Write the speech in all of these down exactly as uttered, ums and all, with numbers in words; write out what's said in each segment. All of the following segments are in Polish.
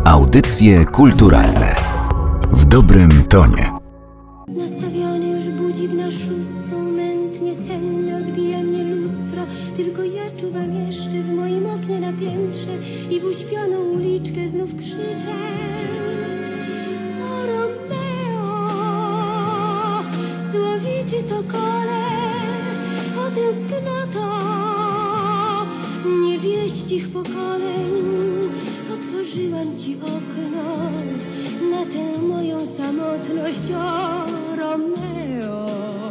Audycje kulturalne w dobrym tonie. Nastawiony już budzik na szóstą, mętnie senne odbija mnie lustro. Tylko ja czuwam jeszcze w moim oknie na piętrze i w uśpioną uliczkę znów krzyczę: o Romeo, słowici sokole, o tęsknoto niewieścich pokoleń. Otworzyłam ci okno na tę moją samotność, o Romeo.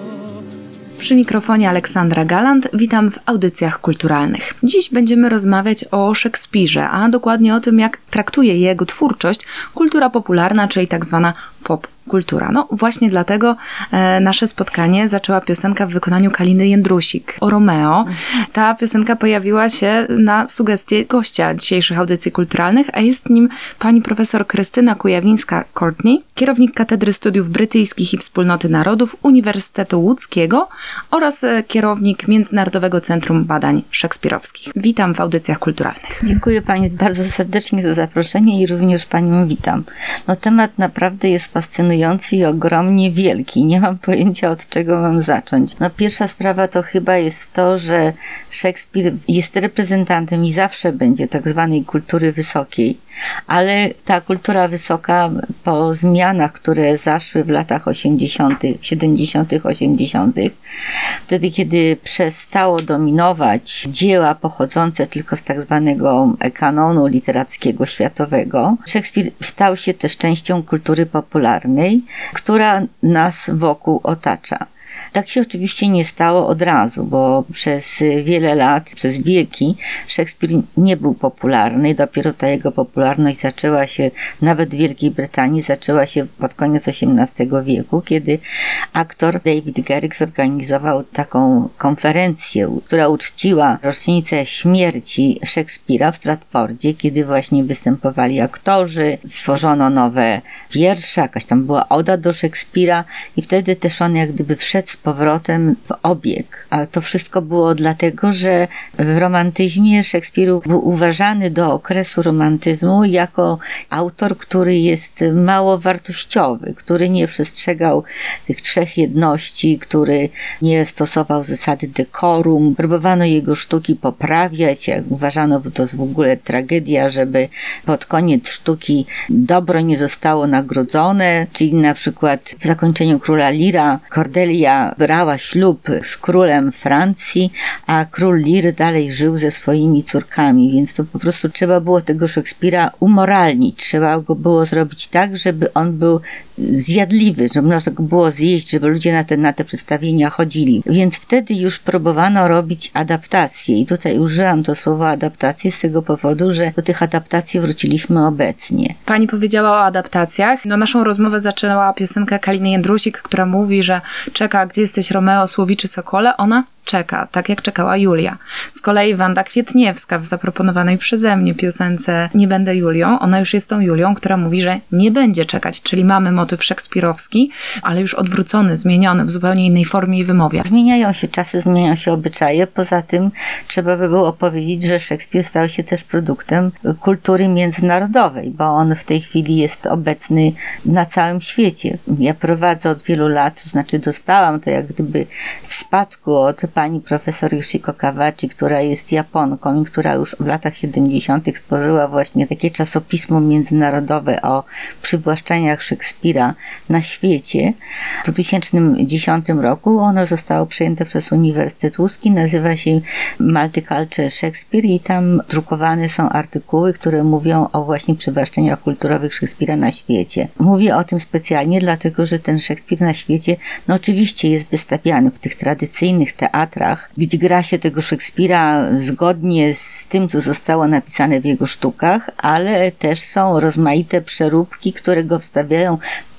Przy mikrofonie Aleksandra Galant, witam w audycjach kulturalnych. Dziś będziemy rozmawiać o Szekspirze, a dokładnie o tym, jak traktuje jego twórczość kultura popularna, czyli tak zwana pop kultura. No właśnie dlatego e, nasze spotkanie zaczęła piosenka w wykonaniu Kaliny Jędrusik o Romeo. Ta piosenka pojawiła się na sugestię gościa dzisiejszych audycji kulturalnych, a jest nim pani profesor Krystyna Kujawińska-Courtney, kierownik Katedry Studiów Brytyjskich i Wspólnoty Narodów Uniwersytetu Łódzkiego oraz e, kierownik Międzynarodowego Centrum Badań Szekspirowskich. Witam w audycjach kulturalnych. Dziękuję pani bardzo serdecznie za zaproszenie i również panią witam. No temat naprawdę jest fascynujący i ogromnie wielki. Nie mam pojęcia, od czego mam zacząć. No pierwsza sprawa to chyba jest to, że Szekspir jest reprezentantem i zawsze będzie tak zwanej kultury wysokiej, ale ta kultura wysoka po zmianach, które zaszły w latach osiemdziesiątych, siedemdziesiątych, osiemdziesiątych, wtedy kiedy przestało dominować dzieła pochodzące tylko z tak zwanego kanonu literackiego światowego, Szekspir stał się też częścią kultury popularnej, która nas wokół otacza. Tak się oczywiście nie stało od razu, bo przez wiele lat, przez wieki Szekspir nie był popularny. Dopiero ta jego popularność zaczęła się, nawet w Wielkiej Brytanii, zaczęła się pod koniec osiemnastego wieku, kiedy aktor David Garrick zorganizował taką konferencję, która uczciła rocznicę śmierci Szekspira w Stratfordzie, kiedy właśnie występowali aktorzy, stworzono nowe wiersze, jakaś tam była oda do Szekspira i wtedy też on jak gdyby wszedł z powrotem w obieg. A to wszystko było dlatego, że w romantyzmie Szekspir był uważany do okresu romantyzmu jako autor, który jest mało wartościowy, który nie przestrzegał tych trzech jedności, który nie stosował zasady dekorum. Próbowano jego sztuki poprawiać, jak uważano, że to jest w ogóle tragedia, żeby pod koniec sztuki dobro nie zostało nagrodzone, czyli na przykład w zakończeniu Króla Lira Cordelia brała ślub z królem Francji, a król Lir dalej żył ze swoimi córkami, więc to po prostu trzeba było tego Szekspira umoralnić. Trzeba go było zrobić tak, żeby on był zjadliwy, żeby można go było zjeść, żeby ludzie na te, na te przedstawienia chodzili. Więc wtedy już próbowano robić adaptacje i tutaj użyłam to słowo adaptacje z tego powodu, że do tych adaptacji wróciliśmy obecnie. Pani powiedziała o adaptacjach. No naszą rozmowę zaczęła piosenka Kaliny Jędrusik, która mówi, że czeka, gdzie jesteś Romeo, słowiczy sokole. Ona czeka, tak jak czekała Julia. Z kolei Wanda Kwietniewska w zaproponowanej przeze mnie piosence Nie będę Julią, ona już jest tą Julią, która mówi, że nie będzie czekać, czyli mamy motyw szekspirowski, ale już odwrócony, zmieniony w zupełnie innej formie i wymowie. Zmieniają się czasy, zmieniają się obyczaje, poza tym trzeba by było powiedzieć, że Szekspir stał się też produktem kultury międzynarodowej, bo on w tej chwili jest obecny na całym świecie. Ja prowadzę od wielu lat, to znaczy dostałam to jak gdyby w spadku od pani profesor Yoshiko Kawachi, która jest Japonką i która już w latach siedemdziesiątych stworzyła właśnie takie czasopismo międzynarodowe o przywłaszczeniach Szekspira na świecie. W dwa tysiące dziesiątym roku ono zostało przejęte przez Uniwersytet Łódzki, nazywa się Multicultural Shakespeare i tam drukowane są artykuły, które mówią o właśnie przywłaszczeniach kulturowych Szekspira na świecie. Mówię o tym specjalnie, dlatego że ten Szekspir na świecie, no oczywiście jest wystawiany w tych tradycyjnych teatrach, gdzie gra się tego Szekspira zgodnie z tym, co zostało napisane w jego sztukach, ale też są rozmaite przeróbki, które go wstawiają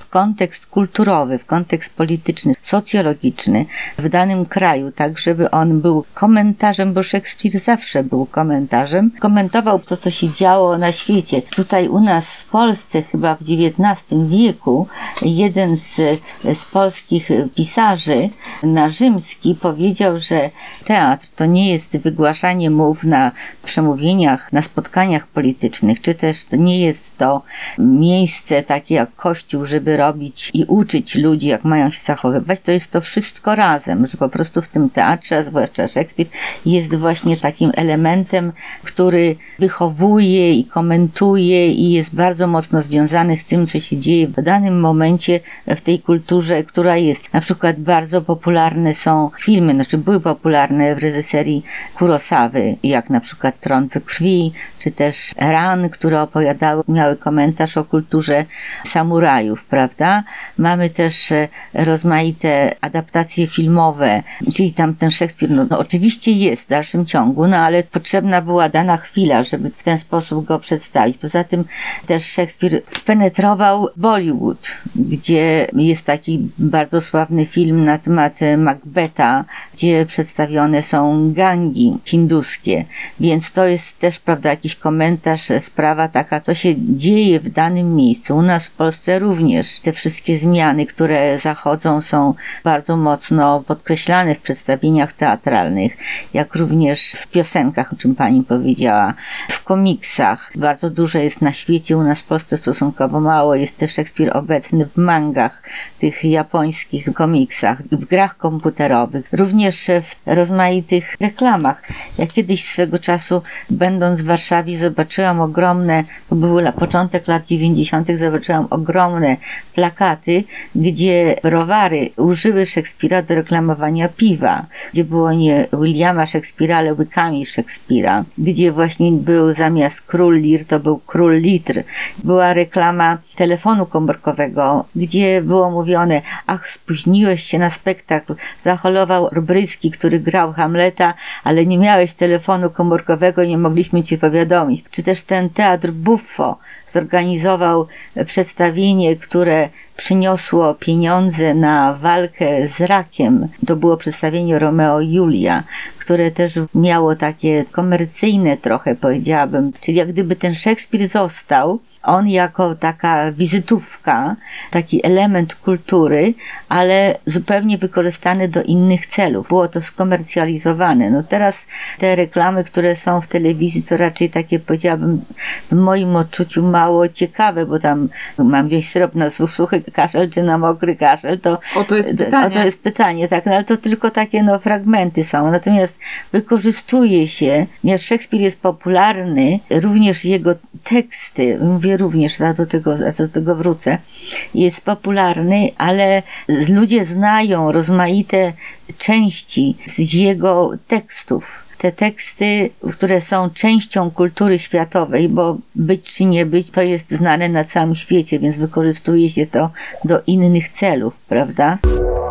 w kontekst kulturowy, w kontekst polityczny, socjologiczny w danym kraju, tak żeby on był komentarzem, bo Szekspir zawsze był komentarzem. Komentował to, co się działo na świecie. Tutaj u nas w Polsce, chyba w dziewiętnastym wieku, jeden z, z polskich pisarzy, Narzymski, powiedział, że teatr to nie jest wygłaszanie mów na przemówieniach, na spotkaniach politycznych, czy też to nie jest to miejsce takie jak Kościół, żeby robić i uczyć ludzi, jak mają się zachowywać. To jest to wszystko razem, że po prostu w tym teatrze, a zwłaszcza Szekspir, jest właśnie takim elementem, który wychowuje i komentuje i jest bardzo mocno związany z tym, co się dzieje w danym momencie w tej kulturze, która jest. Na przykład bardzo popularne są filmy, znaczy były popularne w reżyserii Kurosawy, jak na przykład Tron we krwi, czy też Ran, które opowiadały, miały komentarz o kulturze samurajów, prawda? Mamy też rozmaite adaptacje filmowe, czyli tam ten Szekspir, no, no oczywiście jest w dalszym ciągu, no ale potrzebna była dana chwila, żeby w ten sposób go przedstawić. Poza tym też Szekspir spenetrował Bollywood, gdzie jest taki bardzo sławny film na temat Macbeta, gdzie przedstawione są gangi hinduskie, więc to jest też, prawda, jakiś komentarz, sprawa taka, co się dzieje w danym miejscu. U nas w Polsce również te wszystkie zmiany, które zachodzą, są bardzo mocno podkreślane w przedstawieniach teatralnych, jak również w piosenkach, o czym pani powiedziała, w komiksach. Bardzo dużo jest na świecie, u nas w Polsce stosunkowo mało. Jest też Szekspir obecny w mangach, tych japońskich komiksach, w grach komputerowych, również w rozmaitych reklamach. Ja kiedyś swego czasu, będąc w Warszawie, zobaczyłam ogromne, to był na początek lat dziewięćdziesiątych, zobaczyłam ogromne plakaty, gdzie browary użyły Szekspira do reklamowania piwa, gdzie było nie Williama Szekspira, ale łykami Szekspira, gdzie właśnie był zamiast król lir, to był król litr. Była reklama telefonu komórkowego, gdzie było mówione: ach, spóźniłeś się na spektakl, zacholował Rubrycki, który grał Hamleta, ale nie miałeś telefonu komórkowego, nie mogliśmy cię powiadomić. Czy też ten teatr Buffo zorganizował przedstawienie, które przyniosło pieniądze na walkę z rakiem. To było przedstawienie Romeo i Julia, które też miało takie komercyjne trochę, powiedziałabym. Czyli jak gdyby ten Szekspir został, on jako taka wizytówka, taki element kultury, ale zupełnie wykorzystany do innych celów. Było to skomercjalizowane. No teraz te reklamy, które są w telewizji, to raczej takie, powiedziałabym, w moim odczuciu mało ciekawe, bo tam mam wziąć syrop na suchy kaszel czy na mokry kaszel, to o to jest pytanie. O to jest pytanie, tak, no, ale to tylko takie no, fragmenty są. Natomiast wykorzystuje się, ponieważ Szekspir jest popularny, również jego teksty, mówię również, za do tego, za do tego wrócę, jest popularny, ale ludzie znają rozmaite części z jego tekstów. Te teksty, które są częścią kultury światowej, bo być czy nie być, to jest znane na całym świecie, więc wykorzystuje się to do innych celów, prawda?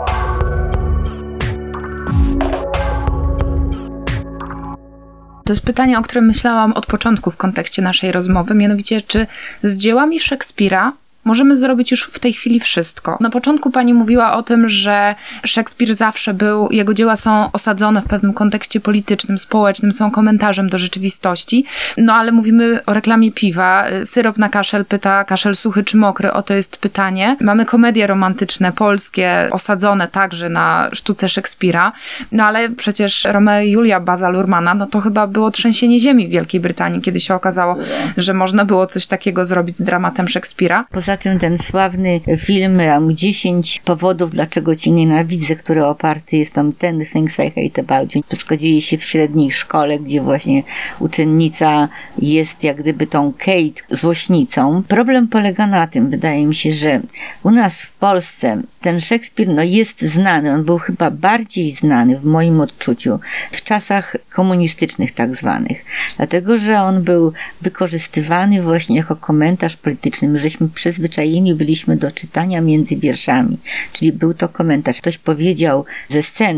To jest pytanie, o którym myślałam od początku w kontekście naszej rozmowy, mianowicie czy z dziełami Szekspira możemy zrobić już w tej chwili wszystko. Na początku pani mówiła o tym, że Szekspir zawsze był, jego dzieła są osadzone w pewnym kontekście politycznym, społecznym, są komentarzem do rzeczywistości. No ale mówimy o reklamie piwa. Syrop na kaszel pyta, kaszel suchy czy mokry? Oto jest pytanie. Mamy komedie romantyczne, polskie, osadzone także na sztuce Szekspira. No ale przecież Romeo i Julia Baza Luhrmanna, no to chyba było trzęsienie ziemi w Wielkiej Brytanii, kiedy się okazało, że można było coś takiego zrobić z dramatem Szekspira. Poza tym ten sławny film um, dziesięć powodów, dlaczego cię nienawidzę, który oparty jest tam Ten Things I Hate About You. Wszystko dzieje się w średniej szkole, gdzie właśnie uczennica jest jak gdyby tą Kate złośnicą. Problem polega na tym, wydaje mi się, że u nas w Polsce ten Szekspir no, jest znany, on był chyba bardziej znany w moim odczuciu w czasach komunistycznych tak zwanych, dlatego, że on był wykorzystywany właśnie jako komentarz polityczny. My żeśmy przyzwyczajeni byliśmy do czytania między wierszami, czyli był to komentarz. Ktoś powiedział ze sceny: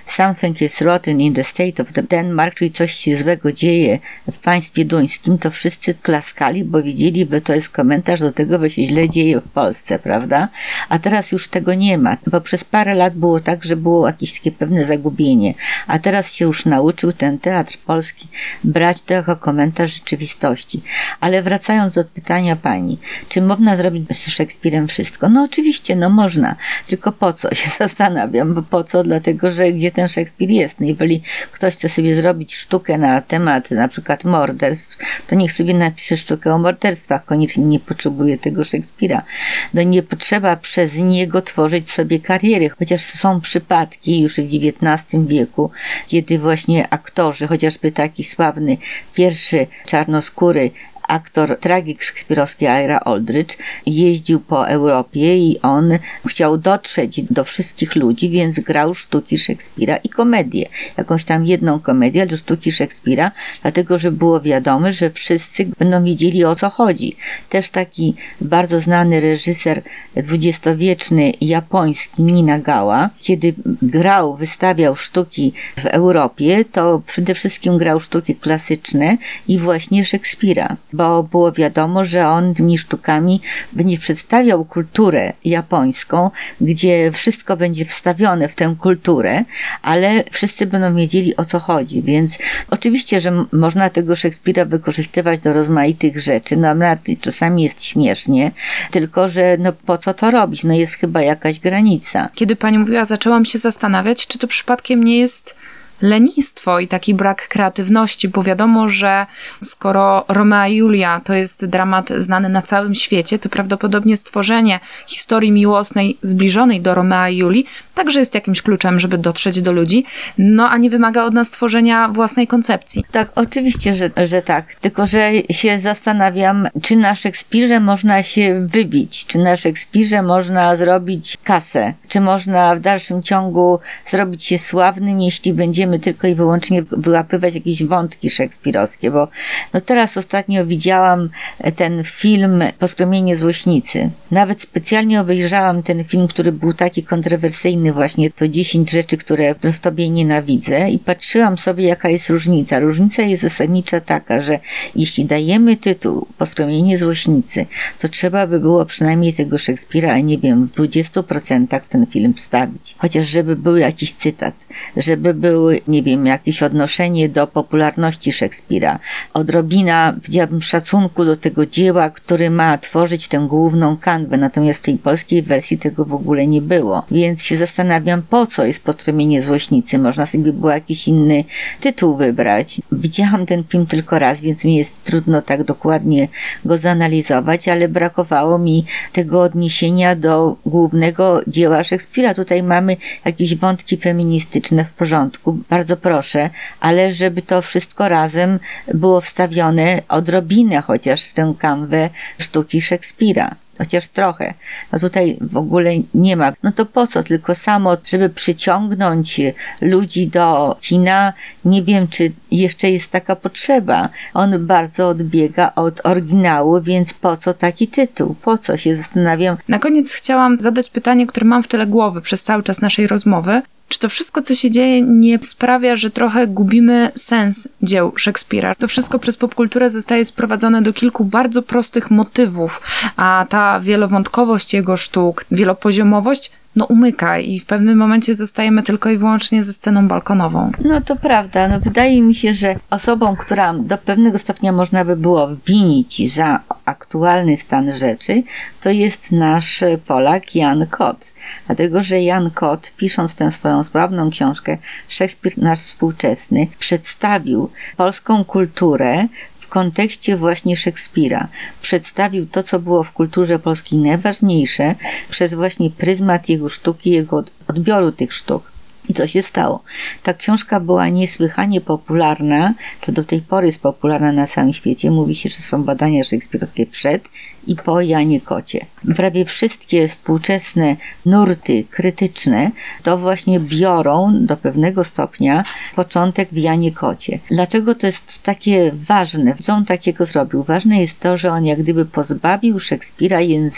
something is rotten in the state of Denmark, czyli coś się złego dzieje w państwie duńskim, to wszyscy klaskali, bo widzieli, że to jest komentarz do tego, że się źle dzieje w Polsce, prawda? A teraz już tego nie ma, bo przez parę lat było tak, że było jakieś takie pewne zagubienie, a teraz się już nauczył ten teatr polski brać to jako komentarz rzeczywistości. Ale wracając do pytania pani, czy można zrobić z Szekspirem wszystko? No oczywiście, no można, tylko po co się zastanawiam, bo po co? Dlatego, że gdzie ten Szekspir jest? No jeżeli ktoś chce sobie zrobić sztukę na temat na przykład morderstw, to niech sobie napisze sztukę o morderstwach, koniecznie nie potrzebuje tego Szekspira. No nie potrzeba przez niego tworzyć sobie kariery, chociaż są przypadki już w dziewiętnastym wieku, kiedy właśnie aktorzy, chociażby taki sławny pierwszy czarnoskóry aktor, tragik szekspirowski Ira Aldridge jeździł po Europie i on chciał dotrzeć do wszystkich ludzi, więc grał sztuki Szekspira i komedię. Jakąś tam jedną komedię, ale sztuki Szekspira, dlatego, że było wiadome, że wszyscy będą wiedzieli, o co chodzi. Też taki bardzo znany reżyser dwudziestowieczny japoński Ninagawa, kiedy grał, wystawiał sztuki w Europie, to przede wszystkim grał sztuki klasyczne i właśnie Szekspira, bo było wiadomo, że on tymi sztukami będzie przedstawiał kulturę japońską, gdzie wszystko będzie wstawione w tę kulturę, ale wszyscy będą wiedzieli, o co chodzi, więc oczywiście, że m- można tego Szekspira wykorzystywać do rozmaitych rzeczy, no nawet czasami jest śmiesznie, tylko że no po co to robić? No jest chyba jakaś granica. Kiedy pani mówiła, zaczęłam się zastanawiać, czy to przypadkiem nie jest lenistwo i taki brak kreatywności, bo wiadomo, że skoro Romea i Julia to jest dramat znany na całym świecie, to prawdopodobnie stworzenie historii miłosnej zbliżonej do Romea i Julii także jest jakimś kluczem, żeby dotrzeć do ludzi, no a nie wymaga od nas tworzenia własnej koncepcji. Tak, oczywiście, że, że tak. Tylko, że się zastanawiam, czy na Szekspirze można się wybić, czy na Szekspirze można zrobić kasę, czy można w dalszym ciągu zrobić się sławnym, jeśli będziemy tylko i wyłącznie wyłapywać jakieś wątki szekspirowskie, bo no teraz ostatnio widziałam ten film Poskromienie złośnicy. Nawet specjalnie obejrzałam ten film, który był taki kontrowersyjny, właśnie to dziesięć rzeczy, które w tobie nienawidzę, i patrzyłam sobie, jaka jest różnica. Różnica jest zasadnicza taka, że jeśli dajemy tytuł Poskromienie złośnicy, to trzeba by było przynajmniej tego Szekspira, nie wiem, w dwudziestu procentach w ten film wstawić. Chociaż żeby był jakiś cytat, żeby był, nie wiem, jakieś odnoszenie do popularności Szekspira, odrobina, powiedziałabym, szacunku do tego dzieła, który ma tworzyć tę główną kanwę, natomiast w tej polskiej wersji tego w ogóle nie było. Więc się zastanawiam, po co jest Poskromienie złośnicy. Można sobie było jakiś inny tytuł wybrać. Widziałam ten film tylko raz, więc mi jest trudno tak dokładnie go zanalizować, ale brakowało mi tego odniesienia do głównego dzieła Szekspira. Tutaj mamy jakieś wątki feministyczne, w porządku, bardzo proszę, ale żeby to wszystko razem było wstawione odrobinę chociaż w tę kanwę sztuki Szekspira. Chociaż trochę. No tutaj w ogóle nie ma. No to po co? Tylko samo, żeby przyciągnąć ludzi do kina, nie wiem, czy jeszcze jest taka potrzeba. On bardzo odbiega od oryginału, więc po co taki tytuł? Po co? Się zastanawiam. Na koniec chciałam zadać pytanie, które mam w tyle głowy przez cały czas naszej rozmowy. Czy to wszystko, co się dzieje, nie sprawia, że trochę gubimy sens dzieł Szekspira? To wszystko przez popkulturę zostaje sprowadzone do kilku bardzo prostych motywów, a ta wielowątkowość jego sztuk, wielopoziomowość, no umyka i w pewnym momencie zostajemy tylko i wyłącznie ze sceną balkonową. No to prawda. No wydaje mi się, że osobą, która do pewnego stopnia można by było winić za aktualny stan rzeczy, to jest nasz Polak Jan Kot. Dlatego, że Jan Kot, pisząc tę swoją sławną książkę Szekspir nasz współczesny, przedstawił polską kulturę w kontekście właśnie Szekspira. Przedstawił to, co było w kulturze polskiej najważniejsze, przez właśnie pryzmat jego sztuki, jego odbioru tych sztuk. I co się stało? Ta książka była niesłychanie popularna, to do tej pory jest popularna na całym świecie. Mówi się, że są badania szekspirowskie przed i po Janie Kocie. Prawie wszystkie współczesne nurty krytyczne to właśnie biorą do pewnego stopnia początek w Janie Kocie. Dlaczego to jest takie ważne? Co on takiego zrobił? Ważne jest to, że on jak gdyby pozbawił Szekspira języka.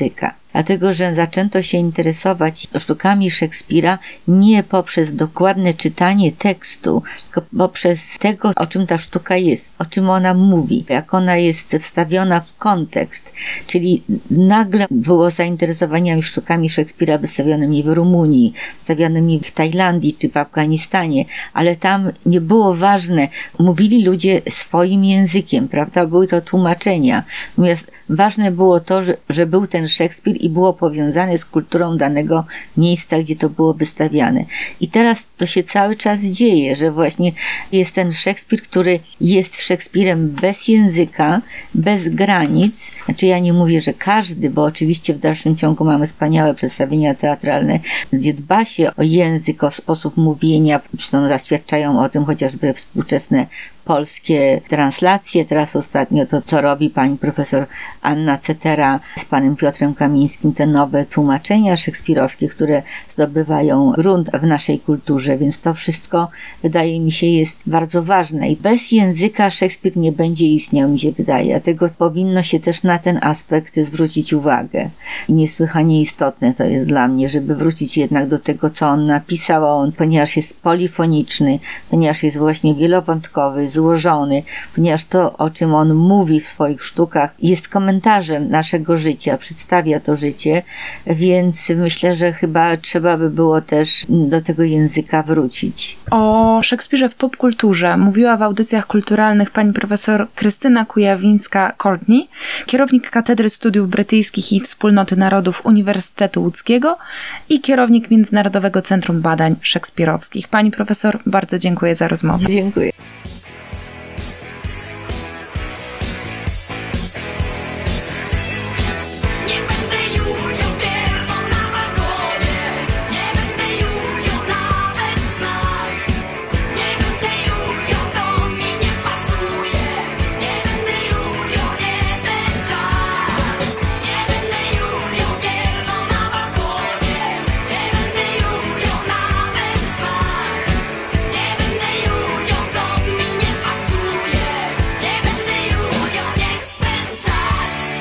Dlatego, że zaczęto się interesować sztukami Szekspira nie poprzez dokładne czytanie tekstu, tylko poprzez tego, o czym ta sztuka jest, o czym ona mówi, jak ona jest wstawiona w kontekst. Czyli nagle było zainteresowanie sztukami Szekspira wystawionymi w Rumunii, wystawionymi w Tajlandii czy w Afganistanie, ale tam nie było ważne, mówili ludzie swoim językiem, prawda? Były to tłumaczenia. Natomiast ważne było to, że, że był ten Szekspir i było powiązane z kulturą danego miejsca, gdzie to było wystawiane. I teraz to się cały czas dzieje, że właśnie jest ten Szekspir, który jest Szekspirem bez języka, bez granic. Znaczy ja nie mówię, że każdy, bo oczywiście w dalszym ciągu mamy wspaniałe przedstawienia teatralne, gdzie dba się o język, o sposób mówienia, zresztą zaświadczają o tym chociażby współczesne polskie translacje. Teraz ostatnio to, co robi pani profesor Anna Cetera z panem Piotrem Kamińskim, te nowe tłumaczenia szekspirowskie, które zdobywają grunt w naszej kulturze, więc to wszystko wydaje mi się jest bardzo ważne i bez języka Szekspir nie będzie istniał, mi się wydaje, dlatego powinno się też na ten aspekt zwrócić uwagę i niesłychanie istotne to jest dla mnie, żeby wrócić jednak do tego, co on napisał, on, ponieważ jest polifoniczny, ponieważ jest właśnie wielowątkowy, złożony, ponieważ to, o czym on mówi w swoich sztukach, jest komentarzem naszego życia, przedstawia to życie, więc myślę, że chyba trzeba by było też do tego języka wrócić. O Szekspirze w popkulturze mówiła w audycjach kulturalnych pani profesor Krystyna Kujawińska-Courtney, kierownik Katedry Studiów Brytyjskich i Wspólnoty Narodów Uniwersytetu Łódzkiego i kierownik Międzynarodowego Centrum Badań Szekspirowskich. Pani profesor, bardzo dziękuję za rozmowę. Dziękuję.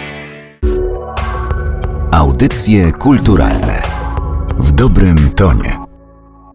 Audycje kulturalne w dobrym tonie.